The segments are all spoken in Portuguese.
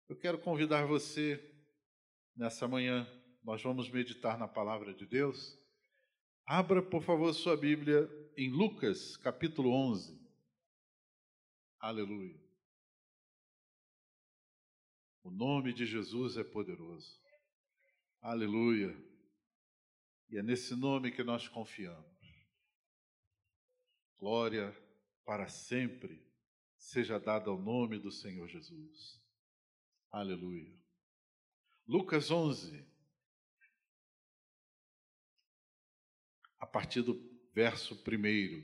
Eu quero convidar você, nessa manhã, nós vamos meditar na palavra de Deus. Abra, por favor, sua Bíblia em Lucas, capítulo 11. Aleluia. O nome de Jesus é poderoso. Aleluia. E é nesse nome que nós confiamos. Glória para sempre seja dada ao nome do Senhor Jesus. Aleluia. Lucas 11, a partir do verso 1.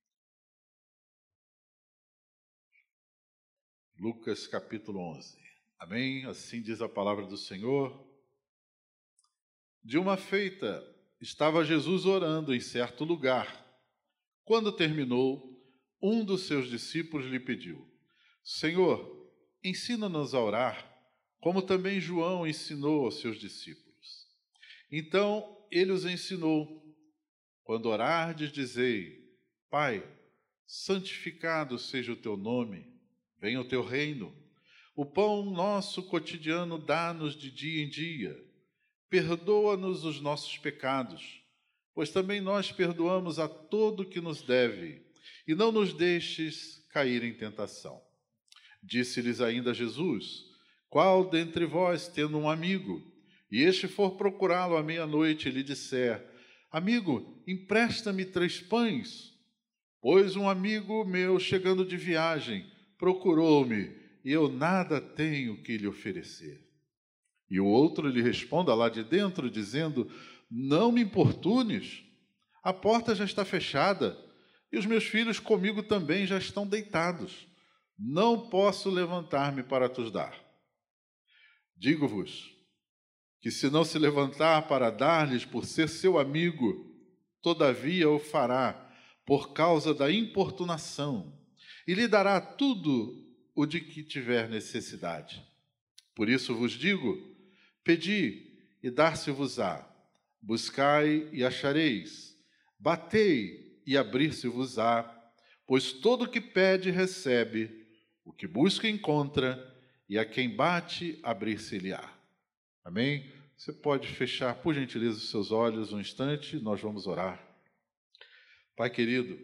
Lucas capítulo 11. Amém? Assim diz a palavra do Senhor. De uma feita, estava Jesus orando em certo lugar. Quando terminou, um dos seus discípulos lhe pediu: Senhor, ensina-nos a orar, como também João ensinou aos seus discípulos. Então ele os ensinou: quando orardes, dizei: Pai, santificado seja o teu nome, venha o teu reino. O pão nosso cotidiano dá-nos de dia em dia. Perdoa-nos os nossos pecados, pois também nós perdoamos a todo que nos deve, e não nos deixes cair em tentação. Disse-lhes ainda Jesus: Qual dentre vós, tendo um amigo, e este for procurá-lo à meia-noite e lhe disser: Amigo, empresta-me 3 pães? Pois um amigo meu, chegando de viagem, procurou-me, e eu nada tenho que lhe oferecer. E o outro lhe responda lá de dentro, dizendo: Não me importunes, a porta já está fechada, e os meus filhos comigo também já estão deitados. Não posso levantar-me para te dar. Digo-vos que se não se levantar para dar-lhes por ser seu amigo, todavia o fará por causa da importunação, e lhe dará tudo o de que tiver necessidade. Por isso vos digo: pedi e dar-se-vos-á, buscai e achareis, batei e abrir-se-vos-á, pois todo o que pede recebe, o que busca encontra, e a quem bate abrir-se-lhe-á. Amém? Você pode fechar, por gentileza, os seus olhos um instante, nós vamos orar. Pai querido,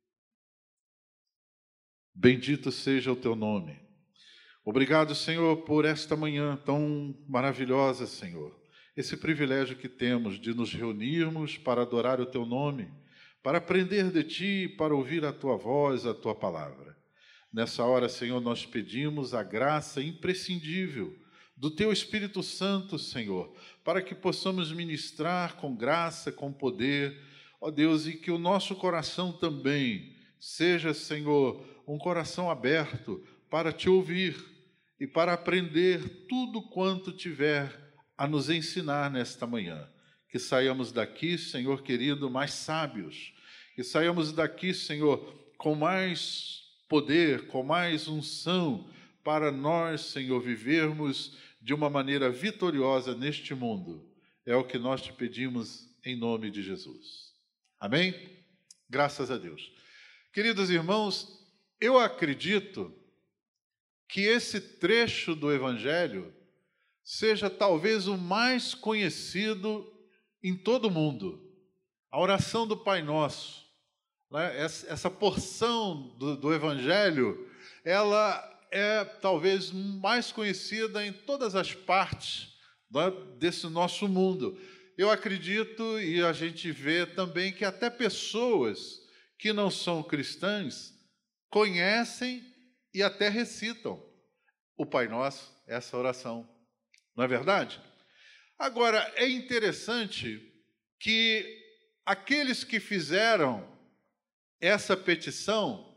bendito seja o teu nome. Obrigado, Senhor, por esta manhã tão maravilhosa, Senhor. Esse privilégio que temos de nos reunirmos para adorar o teu nome, para aprender de ti, para ouvir a tua voz, a tua palavra. Nessa hora, Senhor, nós pedimos a graça imprescindível do teu Espírito Santo, Senhor, para que possamos ministrar com graça, com poder, ó Deus, e que o nosso coração também seja, Senhor, um coração aberto para te ouvir e para aprender tudo quanto tiver a nos ensinar nesta manhã. Que saiamos daqui, Senhor querido, mais sábios. Que saiamos daqui, Senhor, com mais poder, com mais unção, para nós, Senhor, vivermos de uma maneira vitoriosa neste mundo. É o que nós te pedimos em nome de Jesus. Amém? Graças a Deus. Queridos irmãos, eu acredito que esse trecho do Evangelho seja talvez o mais conhecido em todo o mundo. A oração do Pai Nosso, né? Essa porção do Evangelho, ela é talvez mais conhecida em todas as partes, né, desse nosso mundo. Eu acredito, e a gente vê também, que até pessoas que não são cristãs conhecem e até recitam o Pai Nosso, essa oração. Não é verdade? Agora, é interessante que aqueles que fizeram essa petição,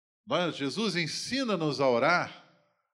Jesus ensina-nos a orar,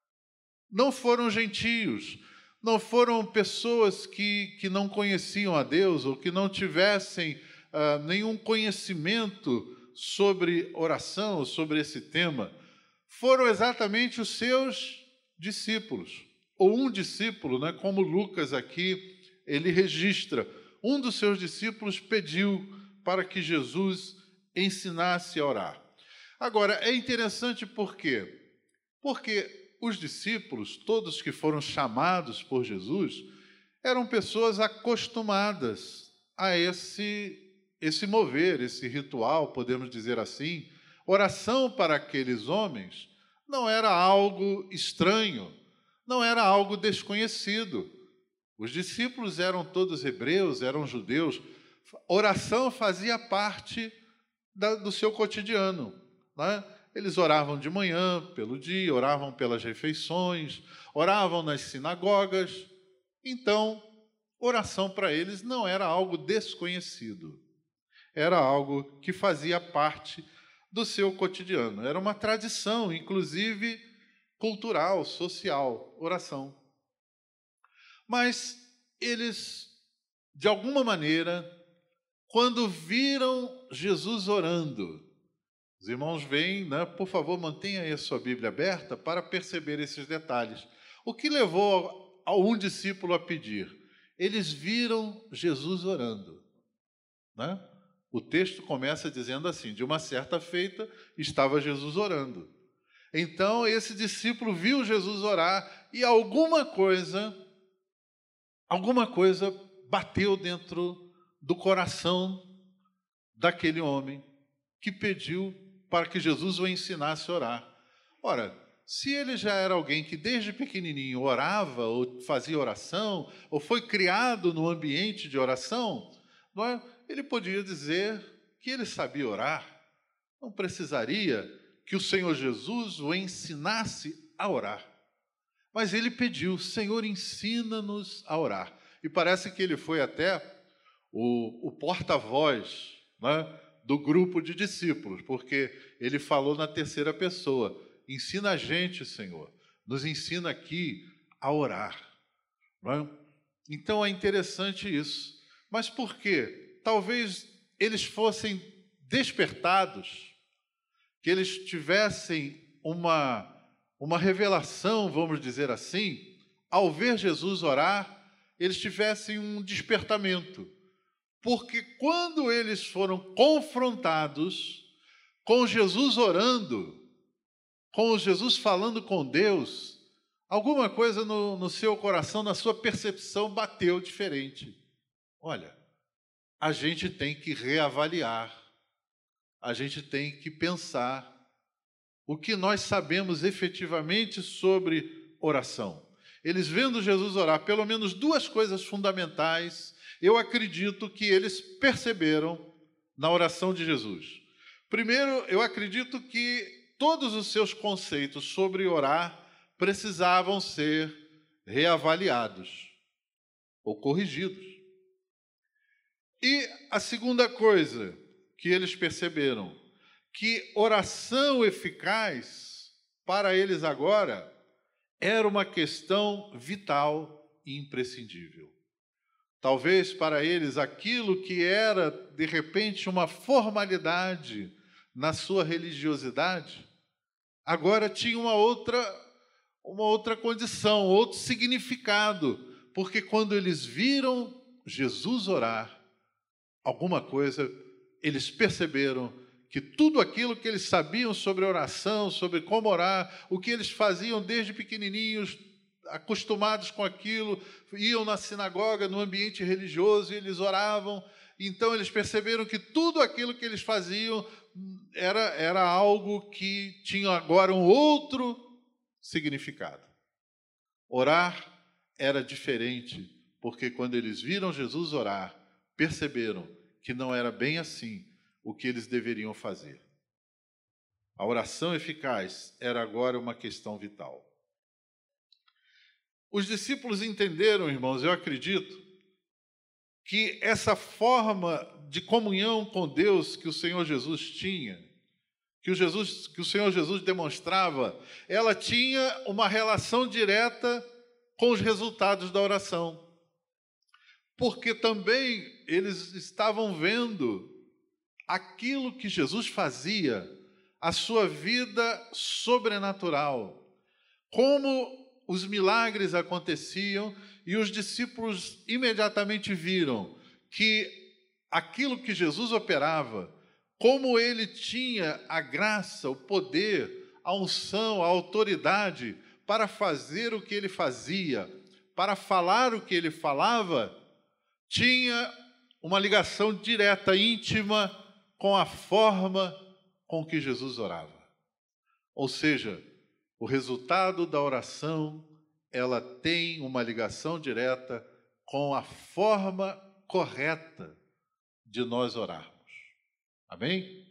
não foram gentios, não foram pessoas que não conheciam a Deus ou que não tivessem nenhum conhecimento sobre oração, sobre esse tema. Foram exatamente os seus discípulos, ou um discípulo, né, como Lucas aqui, ele registra. Um dos seus discípulos pediu para que Jesus ensinasse a orar. Agora, é interessante por quê? Porque os discípulos, todos que foram chamados por Jesus, eram pessoas acostumadas a esse mover, esse ritual, podemos dizer assim. Oração para aqueles homens não era algo estranho, não era algo desconhecido. Os discípulos eram todos hebreus, eram judeus. Oração fazia parte do seu cotidiano, né? Eles oravam de manhã, pelo dia, oravam pelas refeições, oravam nas sinagogas. Então, oração para eles não era algo desconhecido. Era algo que fazia parte do seu cotidiano. Era uma tradição, inclusive cultural, social, oração. Mas eles, de alguma maneira, quando viram Jesus orando, os irmãos veem, né? Por favor, mantenha aí a sua Bíblia aberta para perceber esses detalhes. O que levou a um discípulo a pedir? Eles viram Jesus orando, né? O texto começa dizendo assim: de uma certa feita estava Jesus orando. Então esse discípulo viu Jesus orar e alguma coisa bateu dentro do coração daquele homem que pediu para que Jesus o ensinasse a orar. Ora, se ele já era alguém que desde pequenininho orava ou fazia oração, ou foi criado no ambiente de oração, não é? Ele podia dizer que ele sabia orar, não precisaria que o Senhor Jesus o ensinasse a orar. Mas ele pediu: Senhor, ensina-nos a orar. E parece que ele foi até o porta-voz, né, do grupo de discípulos, porque ele falou na terceira pessoa: ensina a gente, Senhor, nos ensina aqui a orar. Não é? Então é interessante isso. Mas por quê? Talvez eles fossem despertados, que eles tivessem uma revelação, vamos dizer assim, ao ver Jesus orar, eles tivessem um despertamento. Porque quando eles foram confrontados com Jesus orando, com Jesus falando com Deus, alguma coisa no seu coração, na sua percepção, bateu diferente. Olha, a gente tem que reavaliar, a gente tem que pensar o que nós sabemos efetivamente sobre oração. Eles vendo Jesus orar, pelo menos duas coisas fundamentais, eu acredito que eles perceberam na oração de Jesus. Primeiro, eu acredito que todos os seus conceitos sobre orar precisavam ser reavaliados ou corrigidos. E a segunda coisa que eles perceberam, que oração eficaz para eles agora era uma questão vital e imprescindível. Talvez para eles aquilo que era, de repente, uma formalidade na sua religiosidade, agora tinha uma outra condição, outro significado, porque quando eles viram Jesus orar, alguma coisa, eles perceberam que tudo aquilo que eles sabiam sobre oração, sobre como orar, o que eles faziam desde pequenininhos, acostumados com aquilo, iam na sinagoga, no ambiente religioso, e eles oravam. Então eles perceberam que tudo aquilo que eles faziam era algo que tinha agora um outro significado. Orar era diferente, porque quando eles viram Jesus orar, perceberam que não era bem assim o que eles deveriam fazer. A oração eficaz era agora uma questão vital. Os discípulos entenderam, irmãos, eu acredito, que essa forma de comunhão com Deus que o Senhor Jesus tinha, que o Senhor Jesus demonstrava, ela tinha uma relação direta com os resultados da oração. Porque também eles estavam vendo aquilo que Jesus fazia, a sua vida sobrenatural, como os milagres aconteciam, e os discípulos imediatamente viram que aquilo que Jesus operava, como ele tinha a graça, o poder, a unção, a autoridade para fazer o que ele fazia, para falar o que ele falava, tinha uma ligação direta, íntima, com a forma com que Jesus orava. Ou seja, o resultado da oração, ela tem uma ligação direta com a forma correta de nós orarmos. Amém?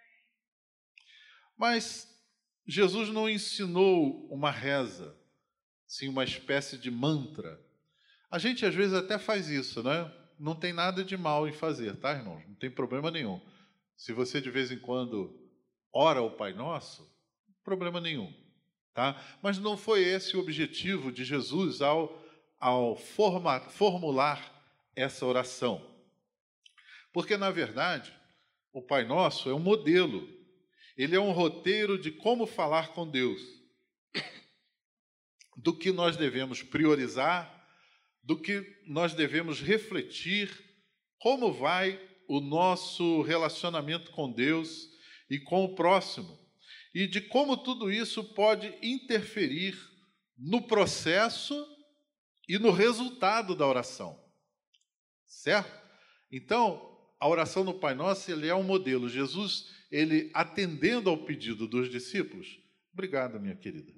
Mas Jesus não ensinou uma reza, sim, uma espécie de mantra. A gente às vezes até faz isso, né? Não tem nada de mal em fazer, tá, irmãos? Não tem problema nenhum. Se você de vez em quando ora o Pai Nosso, problema nenhum, tá? Mas não foi esse o objetivo de Jesus ao formular essa oração. Porque, na verdade, o Pai Nosso é um modelo. Ele é um roteiro de como falar com Deus, do que nós devemos priorizar, do que nós devemos refletir, como vai o nosso relacionamento com Deus e com o próximo, e de como tudo isso pode interferir no processo e no resultado da oração, certo? Então, a oração do Pai Nosso, ele é um modelo. Jesus, ele atendendo ao pedido dos discípulos, obrigado, minha querida.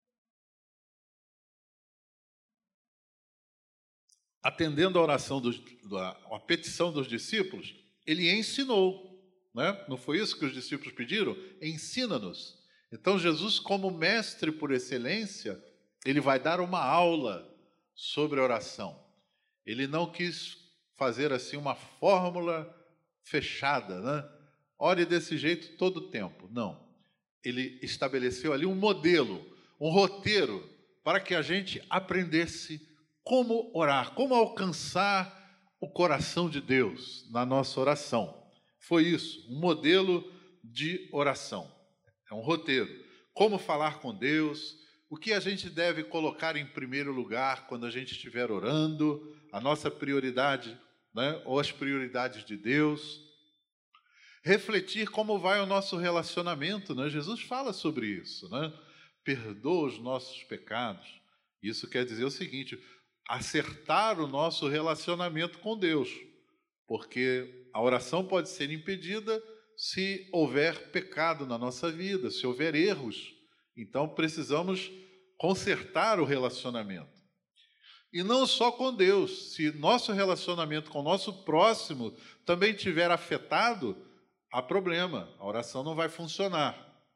Atendendo a oração, a petição dos discípulos, ele ensinou, né? Não foi isso que os discípulos pediram? Ensina-nos. Então, Jesus, como mestre por excelência, ele vai dar uma aula sobre a oração. Ele não quis fazer assim uma fórmula fechada, né? Ore desse jeito todo o tempo. Não. Ele estabeleceu ali um modelo, um roteiro, para que a gente aprendesse como orar, como alcançar o coração de Deus na nossa oração. Foi isso, um modelo de oração. É um roteiro. Como falar com Deus, o que a gente deve colocar em primeiro lugar quando a gente estiver orando, a nossa prioridade, né, ou as prioridades de Deus. Refletir como vai o nosso relacionamento, né? Jesus fala sobre isso, né? Perdoa os nossos pecados. Isso quer dizer o seguinte: acertar o nosso relacionamento com Deus, porque a oração pode ser impedida se houver pecado na nossa vida, se houver erros. Então precisamos consertar o relacionamento. E não só com Deus, se nosso relacionamento com o nosso próximo também estiver afetado, há problema, a oração não vai funcionar.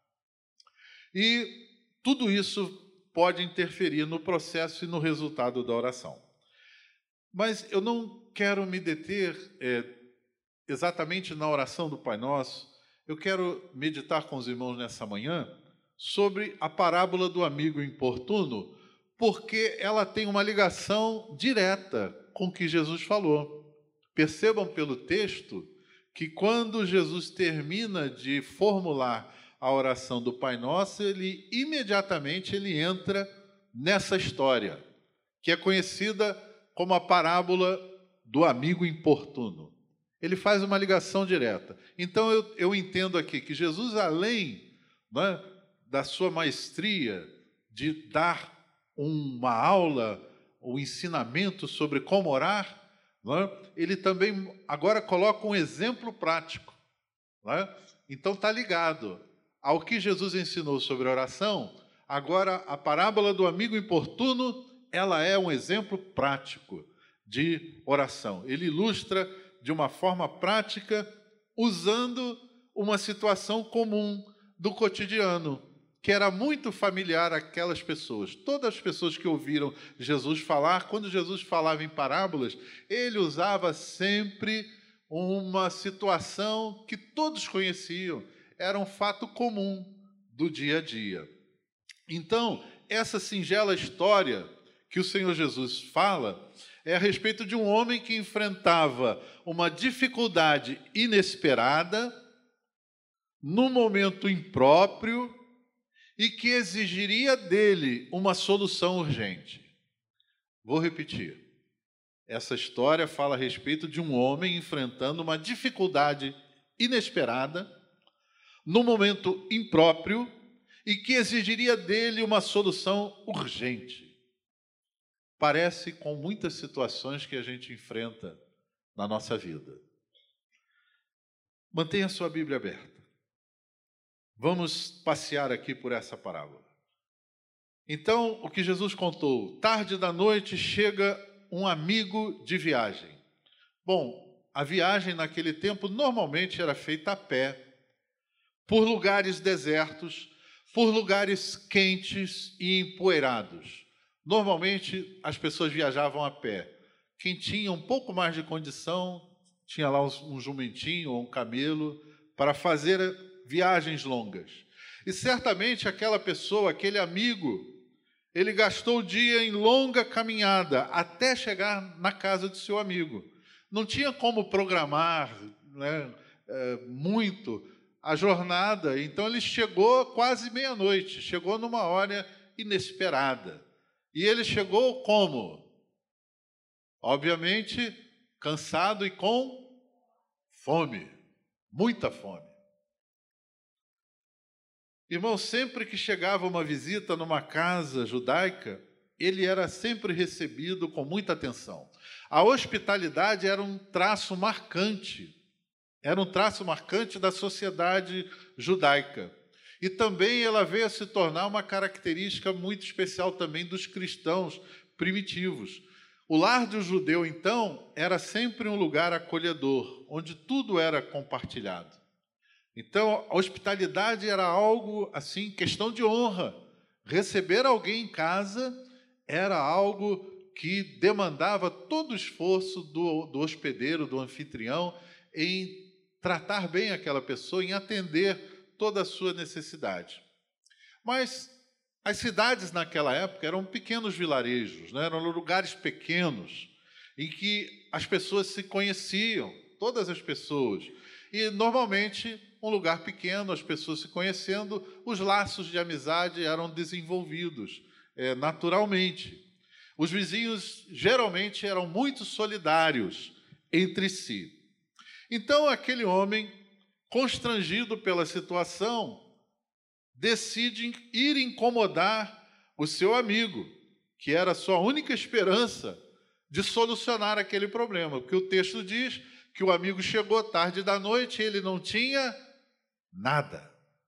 E tudo isso pode interferir no processo e no resultado da oração. Mas eu não quero me deter exatamente na oração do Pai Nosso. Eu quero meditar com os irmãos nessa manhã sobre a parábola do amigo importuno, porque ela tem uma ligação direta com o que Jesus falou. Percebam pelo texto que quando Jesus termina de formular a oração do Pai Nosso, ele imediatamente entra nessa história, que é conhecida como a parábola do amigo importuno. Ele faz uma ligação direta. Então eu entendo aqui que Jesus, além, né, da sua maestria de dar uma aula, um ensinamento sobre como orar, né, ele também agora coloca um exemplo prático, né? Então está ligado ao que Jesus ensinou sobre oração. Agora a parábola do amigo importuno, ela é um exemplo prático de oração. Ele ilustra de uma forma prática, usando uma situação comum do cotidiano, que era muito familiar àquelas pessoas. Todas as pessoas que ouviram Jesus falar, quando Jesus falava em parábolas, ele usava sempre uma situação que todos conheciam, era um fato comum do dia a dia. Então, essa singela história que o Senhor Jesus fala é a respeito de um homem que enfrentava uma dificuldade inesperada, num momento impróprio, e que exigiria dele uma solução urgente. Vou repetir. Essa história fala a respeito de um homem enfrentando uma dificuldade inesperada, num momento impróprio, e que exigiria dele uma solução urgente. Parece com muitas situações que a gente enfrenta na nossa vida. Mantenha sua Bíblia aberta. Vamos passear aqui por essa parábola. Então, o que Jesus contou: tarde da noite chega um amigo de viagem. Bom, a viagem naquele tempo normalmente era feita a pé, por lugares desertos, por lugares quentes e empoeirados. Normalmente as pessoas viajavam a pé. Quem tinha um pouco mais de condição, tinha lá um jumentinho ou um camelo para fazer viagens longas. E certamente aquela pessoa, aquele amigo, ele gastou o dia em longa caminhada até chegar na casa de seu amigo. Não tinha como programar, né, muito a jornada, então ele chegou quase meia-noite, chegou numa hora inesperada. E ele chegou como? Obviamente, cansado e com fome, muita fome. Irmão, sempre que chegava uma visita numa casa judaica, ele era sempre recebido com muita atenção. A hospitalidade era um traço marcante da sociedade judaica. E também ela veio a se tornar uma característica muito especial também dos cristãos primitivos. O lar do judeu, então, era sempre um lugar acolhedor, onde tudo era compartilhado. Então, a hospitalidade era algo, assim, questão de honra. Receber alguém em casa era algo que demandava todo o esforço do hospedeiro, do anfitrião, em tratar bem aquela pessoa, em atender toda a sua necessidade. Mas as cidades naquela época eram pequenos vilarejos, né? Eram lugares pequenos, em que as pessoas se conheciam, todas as pessoas. E, normalmente, um lugar pequeno, as pessoas se conhecendo, os laços de amizade eram desenvolvidos naturalmente. Os vizinhos, geralmente, eram muito solidários entre si. Então, aquele homem, constrangido pela situação, decide ir incomodar o seu amigo, que era a sua única esperança de solucionar aquele problema. Porque o texto diz que o amigo chegou tarde da noite e ele não tinha nada.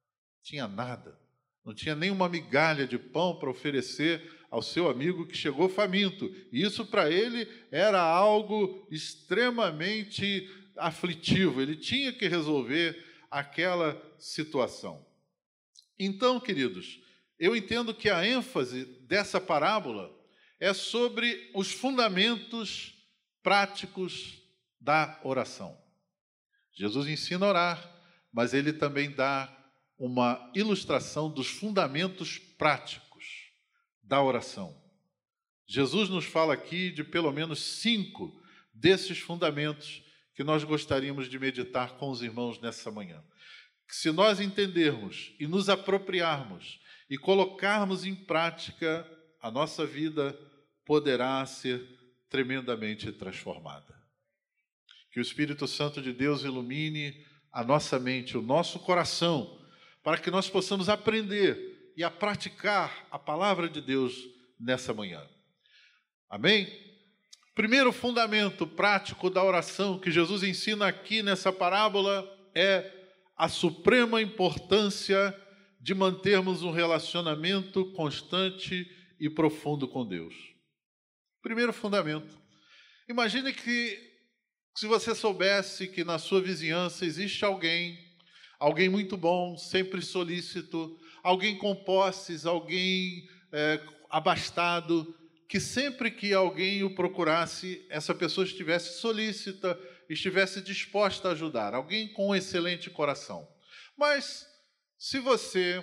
Não tinha nenhuma migalha de pão para oferecer ao seu amigo que chegou faminto. E isso para ele era algo extremamente aflitivo. Ele tinha que resolver aquela situação. Então, queridos, eu entendo que a ênfase dessa parábola é sobre os fundamentos práticos da oração. Jesus ensina a orar, mas ele também dá uma ilustração dos fundamentos práticos da oração. Jesus nos fala aqui de pelo menos 5 desses fundamentos que nós gostaríamos de meditar com os irmãos nessa manhã. Se nós entendermos e nos apropriarmos e colocarmos em prática, a nossa vida poderá ser tremendamente transformada. Que o Espírito Santo de Deus ilumine a nossa mente, o nosso coração, para que nós possamos aprender e a praticar a palavra de Deus nessa manhã. Amém? Primeiro fundamento prático da oração que Jesus ensina aqui nessa parábola é a suprema importância de mantermos um relacionamento constante e profundo com Deus. Primeiro fundamento. Imagine que, se você soubesse que na sua vizinhança existe alguém muito bom, sempre solícito, alguém com posses, alguém abastado, que sempre que alguém o procurasse, essa pessoa estivesse solícita, estivesse disposta a ajudar, alguém com um excelente coração. Mas, se você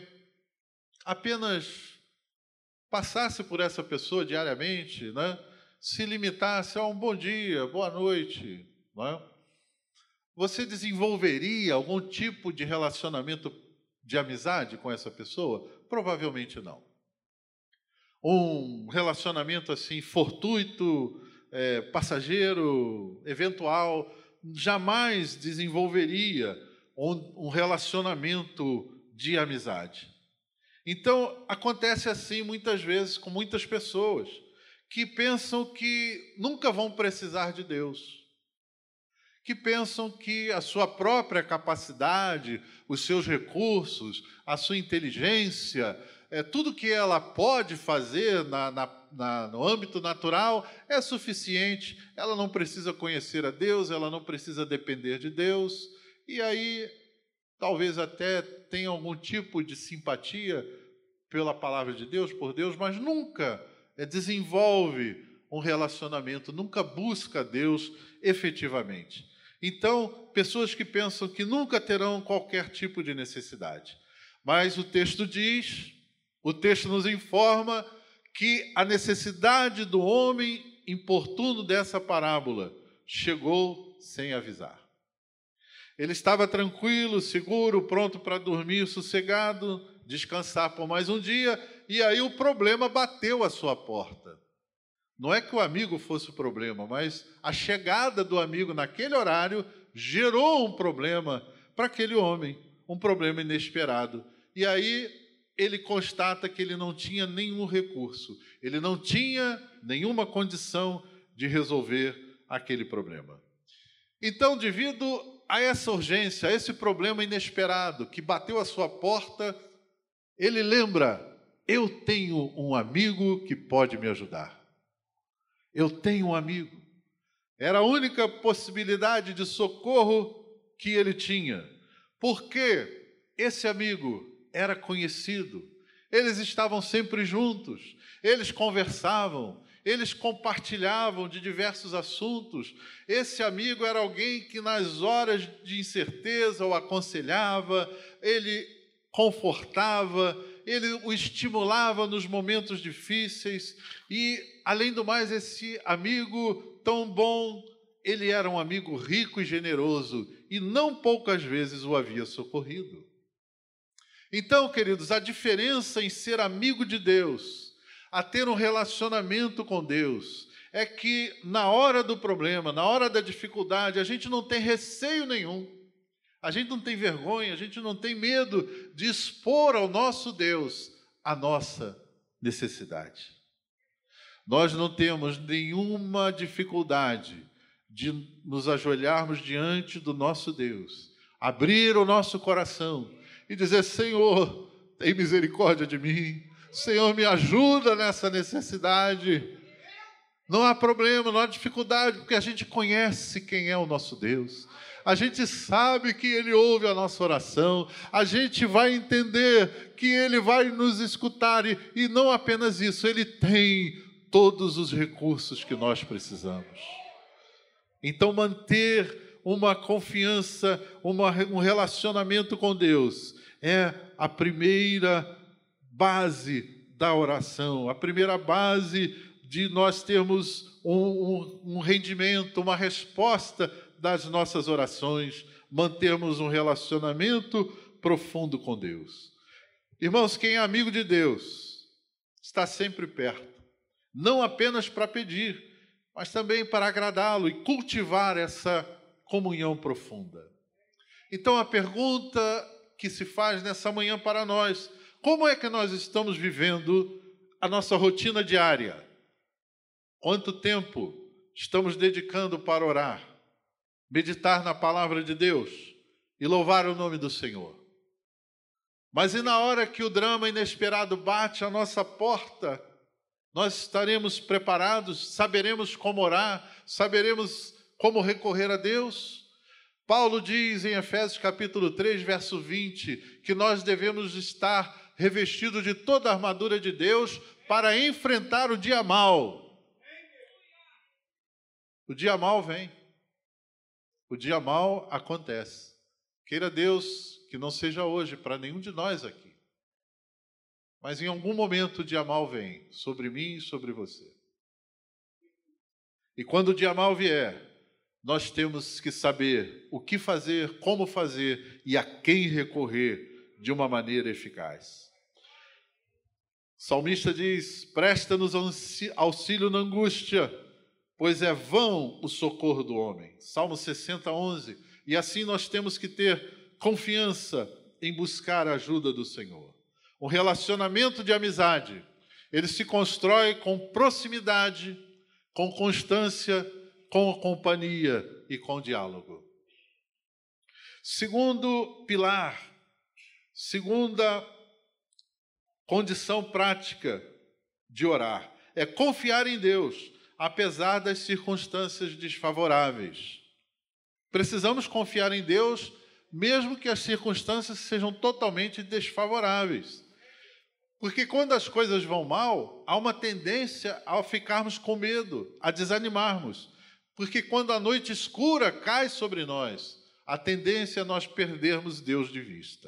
apenas passasse por essa pessoa diariamente, né, se limitasse a um bom dia, boa noite, né, você desenvolveria algum tipo de relacionamento de amizade com essa pessoa? Provavelmente não. Um relacionamento assim fortuito, passageiro, eventual, jamais desenvolveria um relacionamento de amizade. Então, acontece assim muitas vezes com muitas pessoas que pensam que nunca vão precisar de Deus, que pensam que a sua própria capacidade, os seus recursos, a sua inteligência, tudo que ela pode fazer no âmbito natural é suficiente, ela não precisa conhecer a Deus, ela não precisa depender de Deus, e aí talvez até tenha algum tipo de simpatia pela palavra de Deus, por Deus, mas nunca desenvolve um relacionamento, nunca busca Deus efetivamente. Então, pessoas que pensam que nunca terão qualquer tipo de necessidade. Mas o texto nos informa que a necessidade do homem importuno dessa parábola chegou sem avisar. Ele estava tranquilo, seguro, pronto para dormir, sossegado, descansar por mais um dia, e aí o problema bateu à sua porta. Não é que o amigo fosse o problema, mas a chegada do amigo naquele horário gerou um problema para aquele homem, um problema inesperado. E aí ele constata que ele não tinha nenhum recurso, ele não tinha nenhuma condição de resolver aquele problema. Então, devido a essa urgência, a esse problema inesperado que bateu à sua porta, ele lembra: eu tenho um amigo que pode me ajudar. Eu tenho um amigo. Era a única possibilidade de socorro que ele tinha, porque esse amigo era conhecido, eles estavam sempre juntos, eles conversavam, eles compartilhavam de diversos assuntos. Esse amigo era alguém que nas horas de incerteza o aconselhava, ele confortava, ele o estimulava nos momentos difíceis e, além do mais, esse amigo tão bom, ele era um amigo rico e generoso e não poucas vezes o havia socorrido. Então, queridos, a diferença em ser amigo de Deus, a ter um relacionamento com Deus, é que na hora do problema, na hora da dificuldade, a gente não tem receio nenhum, a gente não tem vergonha, a gente não tem medo de expor ao nosso Deus a nossa necessidade. Nós não temos nenhuma dificuldade de nos ajoelharmos diante do nosso Deus, abrir o nosso coração e dizer: Senhor, tem misericórdia de mim, Senhor, me ajuda nessa necessidade. Não há problema, não há dificuldade, porque a gente conhece quem é o nosso Deus. A gente sabe que Ele ouve a nossa oração, a gente vai entender que Ele vai nos escutar e não apenas isso, Ele tem todos os recursos que nós precisamos. Então, manter uma confiança, um relacionamento com Deus é a primeira base da oração, a primeira base de nós termos um rendimento, uma resposta das nossas orações, mantermos um relacionamento profundo com Deus. Irmãos, quem é amigo de Deus está sempre perto, não apenas para pedir, mas também para agradá-lo e cultivar essa comunhão profunda. Então, a pergunta que se faz nessa manhã para nós: como é que nós estamos vivendo a nossa rotina diária? Quanto tempo estamos dedicando para orar, meditar na palavra de Deus e louvar o nome do Senhor? Mas e na hora que o drama inesperado bate à nossa porta, nós estaremos preparados, saberemos como orar, saberemos como recorrer a Deus? Paulo diz em Efésios capítulo 3, verso 20, que nós devemos estar revestidos de toda a armadura de Deus para enfrentar o dia mau. O dia mau vem. O dia mau acontece. Queira Deus que não seja hoje para nenhum de nós aqui. Mas em algum momento o dia mau vem sobre mim e sobre você. E quando o dia mau vier, nós temos que saber o que fazer, como fazer e a quem recorrer de uma maneira eficaz. O salmista diz: presta-nos auxílio na angústia, pois é vão o socorro do homem. Salmo 60, 11. E assim nós temos que ter confiança em buscar a ajuda do Senhor. Um relacionamento de amizade, ele se constrói com proximidade, com constância, com companhia e com diálogo. Segundo pilar, segunda condição prática de orar, é confiar em Deus, apesar das circunstâncias desfavoráveis. Precisamos confiar em Deus, mesmo que as circunstâncias sejam totalmente desfavoráveis. Porque quando as coisas vão mal, há uma tendência a ficarmos com medo, a desanimarmos. Porque quando a noite escura cai sobre nós, a tendência é nós perdermos Deus de vista.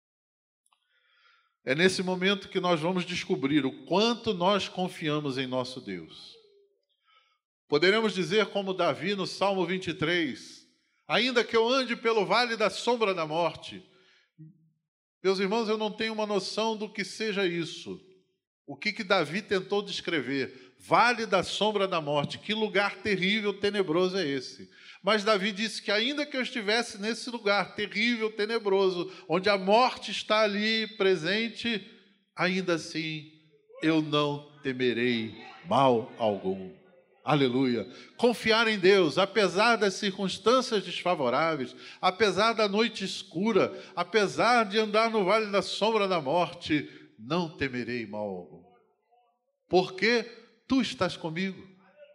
É nesse momento que nós vamos descobrir o quanto nós confiamos em nosso Deus. Poderemos dizer como Davi no Salmo 23, ainda que eu ande pelo vale da sombra da morte. Meus irmãos, eu não tenho uma noção do que seja isso. O que Davi tentou descrever? Vale da sombra da morte. Que lugar terrível, tenebroso é esse? Mas Davi disse que ainda que eu estivesse nesse lugar terrível, tenebroso, onde a morte está ali presente, ainda assim eu não temerei mal algum. Aleluia. Confiar em Deus, apesar das circunstâncias desfavoráveis, apesar da noite escura, apesar de andar no vale da sombra da morte, não temerei mal algum. Porque tu estás comigo.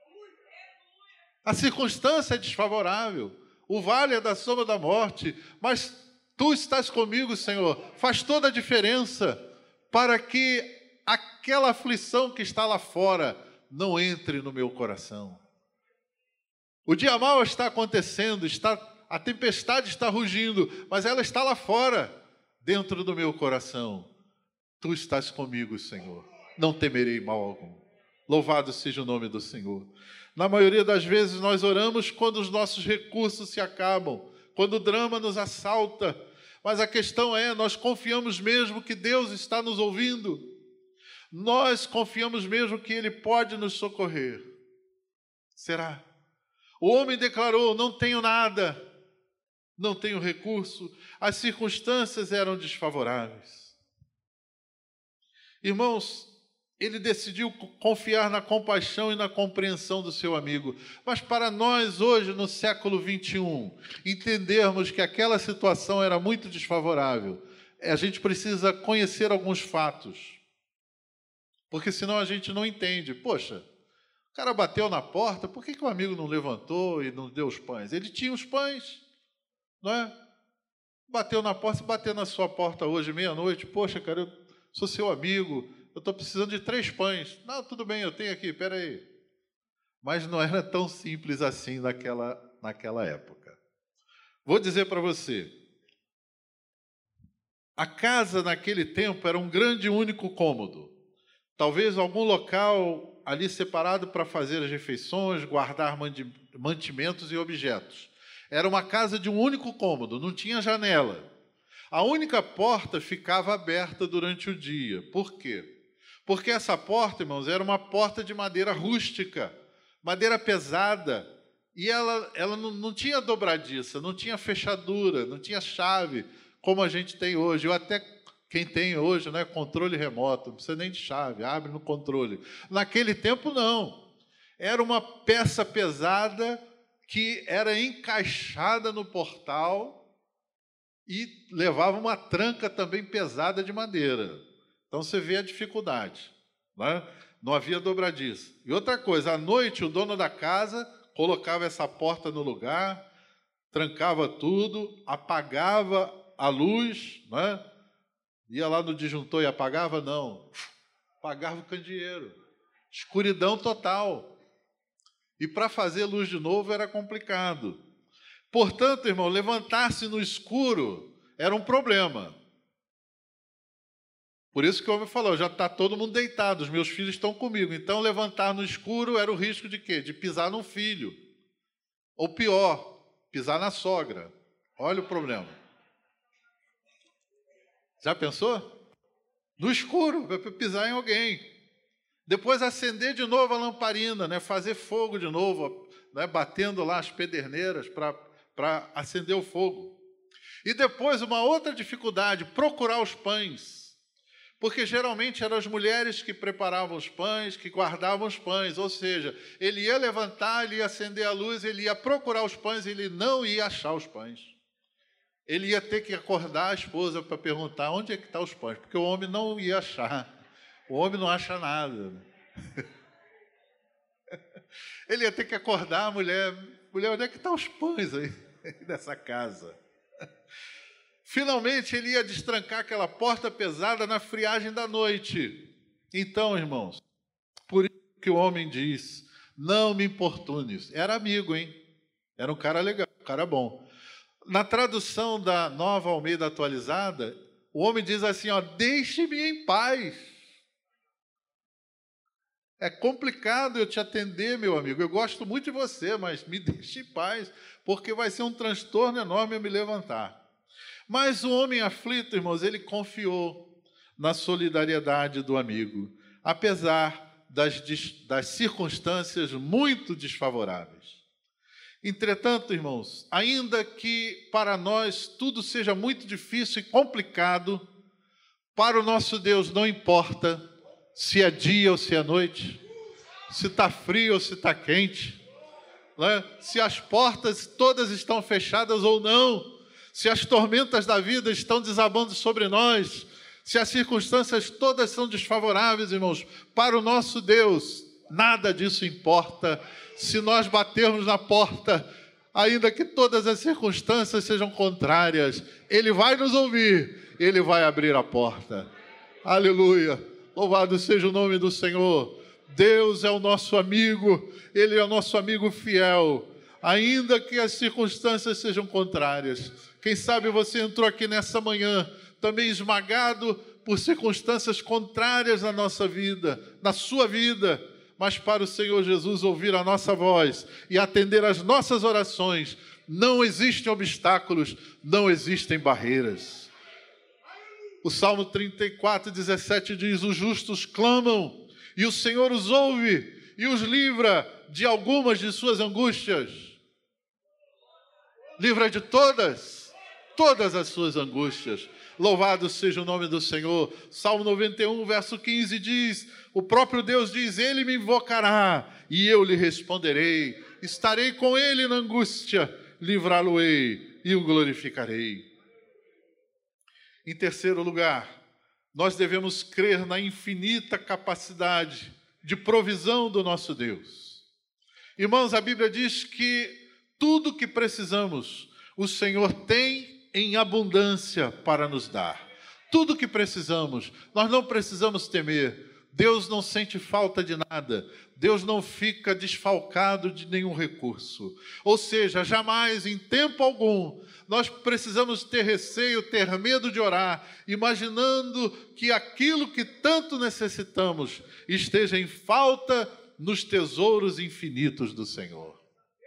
A circunstância é desfavorável, o vale é da sombra da morte, mas tu estás comigo, Senhor. Faz toda a diferença para que aquela aflição que está lá fora não entre no meu coração. O dia mau está acontecendo, a tempestade está rugindo, mas ela está lá fora, dentro do meu coração. Tu estás comigo, Senhor. Não temerei mal algum. Louvado seja o nome do Senhor. Na maioria das vezes nós oramos quando os nossos recursos se acabam, quando o drama nos assalta. Mas a questão é, nós confiamos mesmo que Deus está nos ouvindo? Nós confiamos mesmo que Ele pode nos socorrer? Será? O homem declarou, não tenho nada, não tenho recurso, as circunstâncias eram desfavoráveis. Irmãos, ele decidiu confiar na compaixão e na compreensão do seu amigo. Mas para nós hoje, no século 21, entendermos que aquela situação era muito desfavorável, a gente precisa conhecer alguns fatos. Porque senão a gente não entende. Poxa, o cara bateu na porta, por que o amigo não levantou e não deu os pães? Ele tinha os pães, não é? Bateu na porta, se bater na sua porta hoje, meia-noite, poxa, cara, eu sou seu amigo, eu estou precisando de 3 pães. Não, tudo bem, eu tenho aqui, espera aí. Mas não era tão simples assim naquela época. Vou dizer para você, a casa naquele tempo era um grande único cômodo. Talvez algum local ali separado para fazer as refeições, guardar mantimentos e objetos. Era uma casa de um único cômodo, não tinha janela. A única porta ficava aberta durante o dia. Por quê? Porque essa porta, irmãos, era uma porta de madeira rústica, madeira pesada, e ela não tinha dobradiça, não tinha fechadura, não tinha chave, como a gente tem hoje. Ou até quem tem hoje, né, controle remoto, não precisa nem de chave, abre no controle. Naquele tempo, não. Era uma peça pesada que era encaixada no portal e levava uma tranca também pesada de madeira. Então, você vê a dificuldade, né? Não havia dobradiça. E outra coisa, à noite, o dono da casa colocava essa porta no lugar, trancava tudo, apagava a luz, né? Ia lá no disjuntor e apagava? Não. Apagava o candeeiro. Escuridão total. E para fazer luz de novo era complicado. Portanto, irmão, levantar-se no escuro era um problema. Por isso que o homem falou, já está todo mundo deitado, os meus filhos estão comigo. Então, levantar no escuro era o risco de quê? De pisar num filho. Ou pior, pisar na sogra. Olha o problema. Já pensou? No escuro, vai pisar em alguém. Depois acender de novo a lamparina, né? Fazer fogo de novo, né? Batendo lá as pederneiras para acender o fogo. E depois uma outra dificuldade, procurar os pães. Porque geralmente eram as mulheres que preparavam os pães, que guardavam os pães, ou seja, ele ia levantar, ele ia acender a luz, ele ia procurar os pães, ele não ia achar os pães. Ele ia ter que acordar a esposa para perguntar onde é que estão os pães, porque o homem não ia achar. O homem não acha nada. Ele ia ter que acordar a mulher, onde é que estão os pães aí dessa casa? Finalmente, ele ia destrancar aquela porta pesada na friagem da noite. Então, irmãos, por isso que o homem diz, não me importunes. Era amigo, hein? Era um cara legal, um cara bom. Na tradução da Nova Almeida Atualizada, o homem diz assim, ó, deixe-me em paz. É complicado eu te atender, meu amigo. Eu gosto muito de você, mas me deixe em paz, porque vai ser um transtorno enorme eu me levantar. Mas o homem aflito, irmãos, ele confiou na solidariedade do amigo, apesar das circunstâncias muito desfavoráveis. Entretanto, irmãos, ainda que para nós tudo seja muito difícil e complicado, para o nosso Deus não importa se é dia ou se é noite, se está frio ou se está quente, né? Se as portas todas estão fechadas ou não, se as tormentas da vida estão desabando sobre nós, se as circunstâncias todas são desfavoráveis, irmãos, para o nosso Deus, nada disso importa. Se nós batermos na porta, ainda que todas as circunstâncias sejam contrárias, Ele vai nos ouvir, Ele vai abrir a porta. Aleluia! Louvado seja o nome do Senhor. Deus é o nosso amigo, Ele é o nosso amigo fiel, ainda que as circunstâncias sejam contrárias. Quem sabe você entrou aqui nessa manhã também esmagado por circunstâncias contrárias na nossa vida, na sua vida, mas para o Senhor Jesus ouvir a nossa voz e atender às nossas orações, não existem obstáculos, não existem barreiras. O Salmo 34, 17 diz, os justos clamam e o Senhor os ouve e os livra de algumas de suas angústias. Livra de todas as suas angústias. Louvado seja o nome do Senhor. Salmo 91, verso 15 diz, o próprio Deus diz, Ele me invocará e eu lhe responderei. Estarei com Ele na angústia, livrá-lo-ei e o glorificarei. Em terceiro lugar, nós devemos crer na infinita capacidade de provisão do nosso Deus. Irmãos, a Bíblia diz que tudo o que precisamos, o Senhor tem em abundância para nos dar. Tudo o que precisamos, nós não precisamos temer. Deus não sente falta de nada. Deus não fica desfalcado de nenhum recurso. Ou seja, jamais, em tempo algum, nós precisamos ter receio, ter medo de orar, imaginando que aquilo que tanto necessitamos esteja em falta nos tesouros infinitos do Senhor.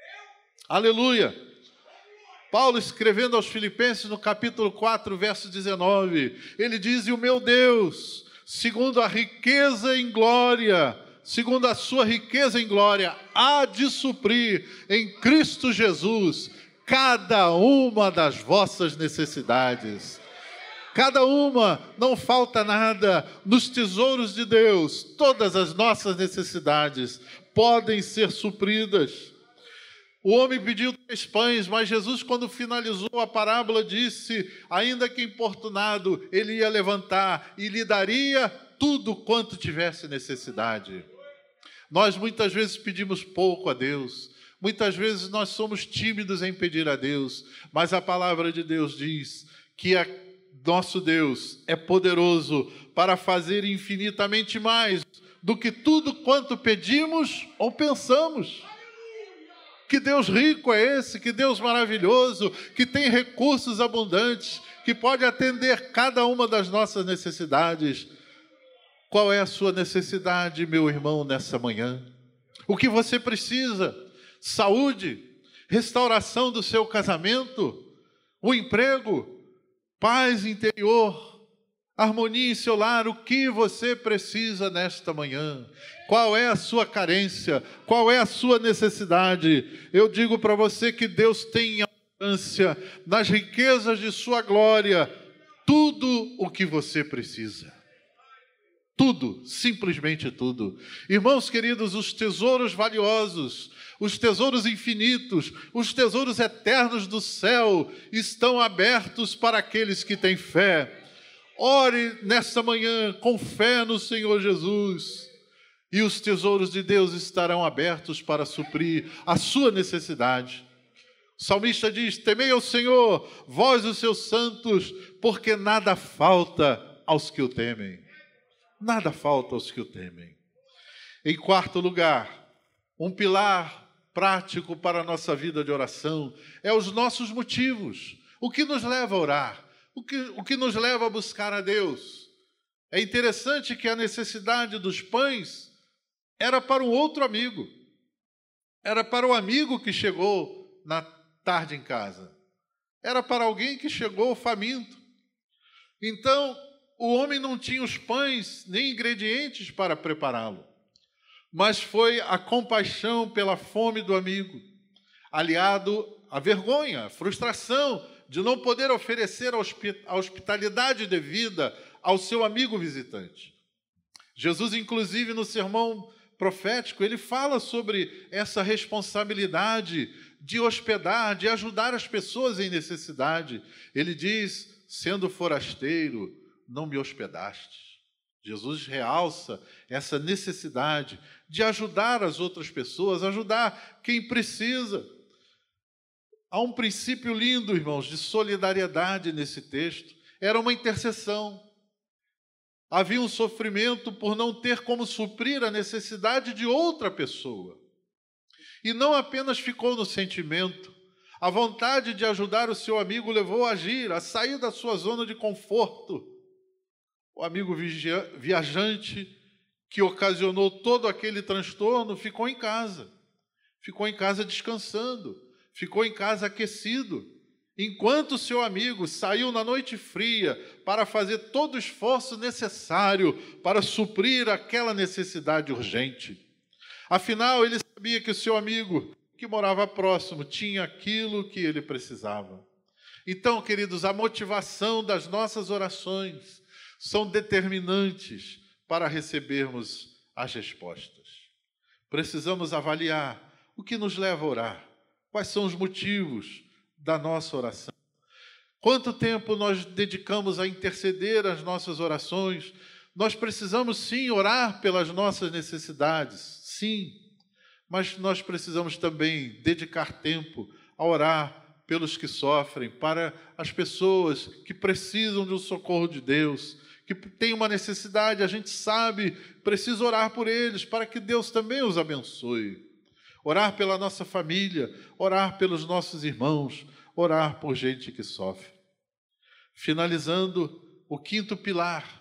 Aleluia! Paulo, escrevendo aos Filipenses, no capítulo 4, verso 19, ele diz, e o meu Deus, segundo a riqueza em glória, segundo a sua riqueza em glória, há de suprir em Cristo Jesus cada uma das vossas necessidades. Cada uma, não falta nada. Nos tesouros de Deus, todas as nossas necessidades podem ser supridas. O homem pediu 3 pães, mas Jesus, quando finalizou a parábola, disse, ainda que importunado, ele ia levantar e lhe daria tudo quanto tivesse necessidade. Nós muitas vezes pedimos pouco a Deus, muitas vezes nós somos tímidos em pedir a Deus, mas a palavra de Deus diz que nosso Deus é poderoso para fazer infinitamente mais do que tudo quanto pedimos ou pensamos. Que Deus rico é esse, que Deus maravilhoso, que tem recursos abundantes, que pode atender cada uma das nossas necessidades. Qual é a sua necessidade, meu irmão, nessa manhã? O que você precisa? Saúde, restauração do seu casamento, o emprego, paz interior, harmonia em seu lar. O que você precisa nesta manhã? Qual é a sua carência? Qual é a sua necessidade? Eu digo para você que Deus tem em abundância, nas riquezas de sua glória, tudo o que você precisa. Tudo, simplesmente tudo. Irmãos queridos, os tesouros valiosos, os tesouros infinitos, os tesouros eternos do céu estão abertos para aqueles que têm fé. Ore nesta manhã com fé no Senhor Jesus, e os tesouros de Deus estarão abertos para suprir a sua necessidade. O salmista diz: temei ao Senhor, vós os seus santos, porque nada falta aos que o temem. Nada falta aos que o temem. Em quarto lugar, um pilar prático para a nossa vida de oração é os nossos motivos. O que nos leva a orar? O que nos leva a buscar a Deus? É interessante que a necessidade dos pães era para um outro amigo. Era para o amigo que chegou na tarde em casa. Era para alguém que chegou faminto. Então, o homem não tinha os pães nem ingredientes para prepará-lo, mas foi a compaixão pela fome do amigo, aliado à vergonha, à frustração de não poder oferecer a hospitalidade devida ao seu amigo visitante. Jesus, inclusive, no sermão profético, ele fala sobre essa responsabilidade de hospedar, de ajudar as pessoas em necessidade. Ele diz: sendo forasteiro, não me hospedastes. Jesus realça essa necessidade de ajudar as outras pessoas, ajudar quem precisa. Há um princípio lindo, irmãos, de solidariedade nesse texto. Era uma intercessão. Havia um sofrimento por não ter como suprir a necessidade de outra pessoa. E não apenas ficou no sentimento. A vontade de ajudar o seu amigo levou a agir, a sair da sua zona de conforto. O amigo viajante que ocasionou todo aquele transtorno ficou em casa descansando, ficou em casa aquecido, enquanto seu amigo saiu na noite fria para fazer todo o esforço necessário para suprir aquela necessidade urgente. Afinal, ele sabia que o seu amigo, que morava próximo, tinha aquilo que ele precisava. Então, queridos, a motivação das nossas orações são determinantes para recebermos as respostas. Precisamos avaliar o que nos leva a orar, quais são os motivos da nossa oração. Quanto tempo nós dedicamos a interceder as nossas orações? Nós precisamos sim orar pelas nossas necessidades, sim, mas nós precisamos também dedicar tempo a orar pelos que sofrem, para as pessoas que precisam de um socorro de Deus, que têm uma necessidade, a gente sabe, precisa orar por eles, para que Deus também os abençoe. Orar pela nossa família, orar pelos nossos irmãos, orar por gente que sofre. Finalizando, o quinto pilar,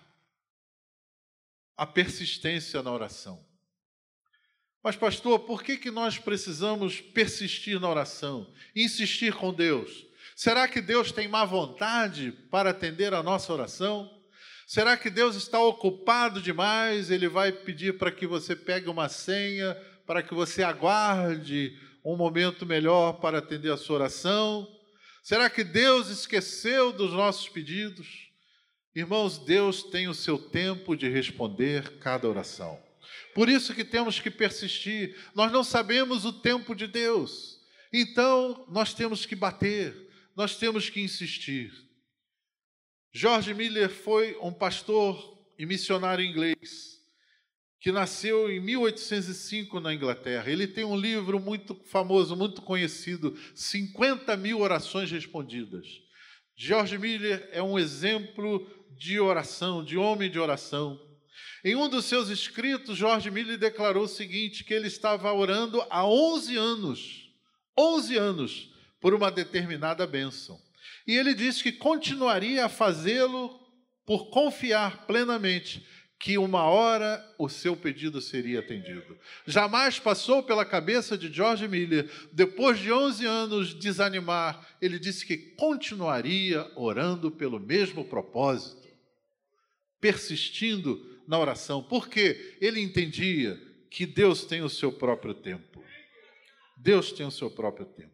a persistência na oração. Mas, pastor, por que nós precisamos persistir na oração, insistir com Deus? Será que Deus tem má vontade para atender a nossa oração? Será que Deus está ocupado demais? Ele vai pedir para que você pegue uma senha, para que você aguarde um momento melhor para atender a sua oração? Será que Deus esqueceu dos nossos pedidos? Irmãos, Deus tem o seu tempo de responder cada oração. Por isso que temos que persistir. Nós não sabemos o tempo de Deus. Então, nós temos que bater, nós temos que insistir. George Miller foi um pastor e missionário inglês que nasceu em 1805 na Inglaterra. Ele tem um livro muito famoso, muito conhecido, 50.000 orações respondidas. George Miller é um exemplo de oração, de homem de oração. Em um dos seus escritos, George Miller declarou o seguinte, que ele estava orando há 11 anos, por uma determinada bênção. E ele disse que continuaria a fazê-lo por confiar plenamente que uma hora o seu pedido seria atendido. Jamais passou pela cabeça de George Miller, depois de 11 anos, desanimar. Ele disse que continuaria orando pelo mesmo propósito, persistindo na oração, porque ele entendia que Deus tem o seu próprio tempo. Deus tem o seu próprio tempo.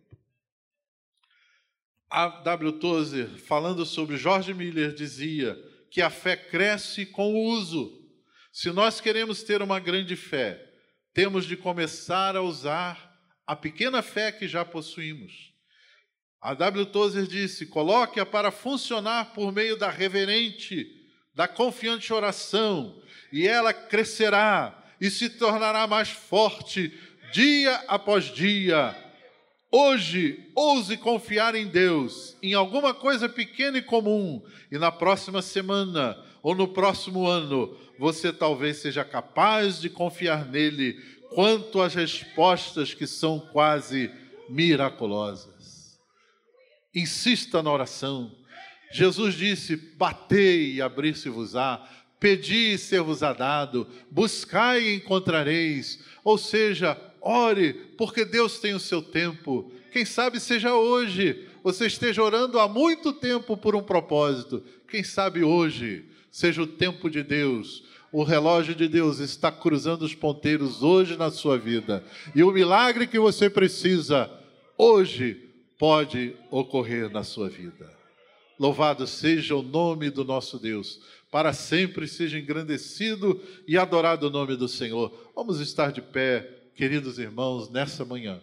A W. Tozer, falando sobre George Miller, dizia que a fé cresce com o uso. Se nós queremos ter uma grande fé, temos de começar a usar a pequena fé que já possuímos. A W. Tozer disse: coloque-a para funcionar por meio da reverente, da confiante oração, e ela crescerá e se tornará mais forte dia após dia. Hoje, ouse confiar em Deus, em alguma coisa pequena e comum, e na próxima semana ou no próximo ano, você talvez seja capaz de confiar nele quanto às respostas que são quase miraculosas. Insista na oração. Jesus disse: batei e abrir-se-vos-á, pedi e ser-vos-á dado, buscai e encontrareis. Ou seja, ore, porque Deus tem o seu tempo. Quem sabe seja hoje. Você esteja orando há muito tempo por um propósito. Quem sabe hoje seja o tempo de Deus. O relógio de Deus está cruzando os ponteiros hoje na sua vida. E o milagre que você precisa hoje pode ocorrer na sua vida. Louvado seja o nome do nosso Deus. Para sempre seja engrandecido e adorado o nome do Senhor. Vamos estar de pé, queridos irmãos, nessa manhã.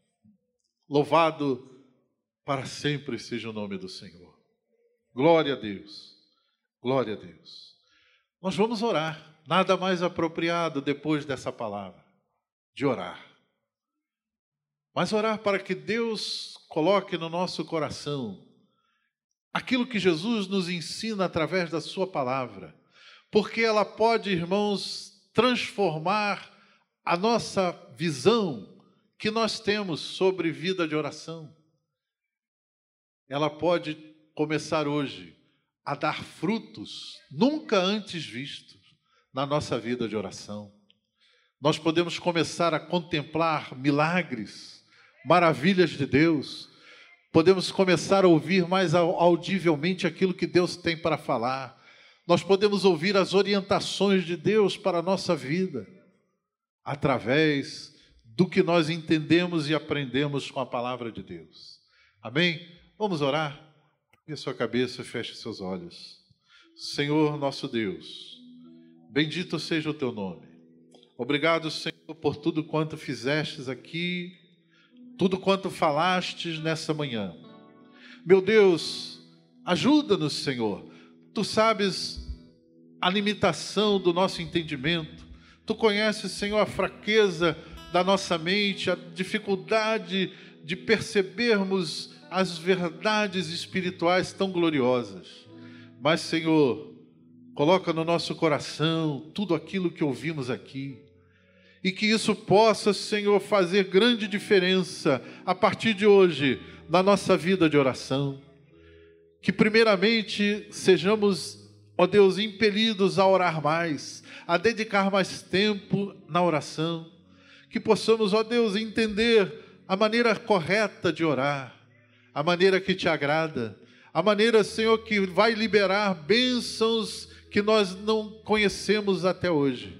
Louvado para sempre seja o nome do Senhor. Glória a Deus. Glória a Deus. Nós vamos orar. Nada mais apropriado depois dessa palavra, de orar. Mas orar para que Deus coloque no nosso coração aquilo que Jesus nos ensina através da sua palavra. Porque ela pode, irmãos, transformar a nossa visão que nós temos sobre vida de oração. Ela pode começar hoje a dar frutos nunca antes vistos na nossa vida de oração. Nós podemos começar a contemplar milagres, maravilhas de Deus. Podemos começar a ouvir mais audivelmente aquilo que Deus tem para falar. Nós podemos ouvir as orientações de Deus para a nossa vida, através do que nós entendemos e aprendemos com a palavra de Deus. Amém? Vamos orar? Ergue sua cabeça e feche seus olhos. Senhor nosso Deus, bendito seja o teu nome. Obrigado, Senhor, por tudo quanto fizestes aqui, tudo quanto falastes nessa manhã. Meu Deus, ajuda-nos, Senhor. Tu sabes a limitação do nosso entendimento. Tu conheces, Senhor, a fraqueza da nossa mente, a dificuldade de percebermos as verdades espirituais tão gloriosas. Mas, Senhor, coloca no nosso coração tudo aquilo que ouvimos aqui. E que isso possa, Senhor, fazer grande diferença a partir de hoje na nossa vida de oração. Que primeiramente sejamos, ó Deus, impelidos a orar mais, a dedicar mais tempo na oração. Que possamos, ó Deus, entender a maneira correta de orar, a maneira que te agrada, a maneira, Senhor, que vai liberar bênçãos que nós não conhecemos até hoje.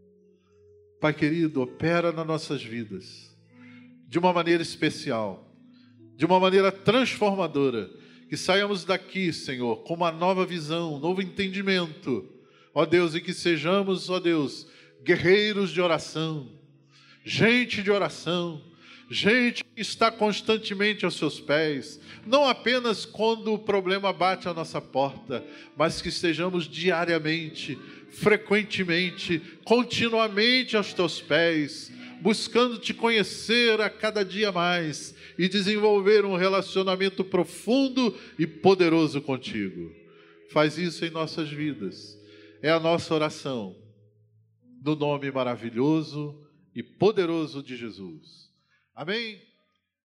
Pai querido, opera nas nossas vidas de uma maneira especial, de uma maneira transformadora, que saiamos daqui, Senhor, com uma nova visão, um novo entendimento, ó Deus, e que sejamos, ó Deus, guerreiros de oração, gente de oração, gente que está constantemente aos seus pés, não apenas quando o problema bate à nossa porta, mas que estejamos diariamente, frequentemente, continuamente aos teus pés, buscando te conhecer a cada dia mais e desenvolver um relacionamento profundo e poderoso contigo. Faz isso em nossas vidas. É a nossa oração, no nome maravilhoso e poderoso de Jesus. Amém?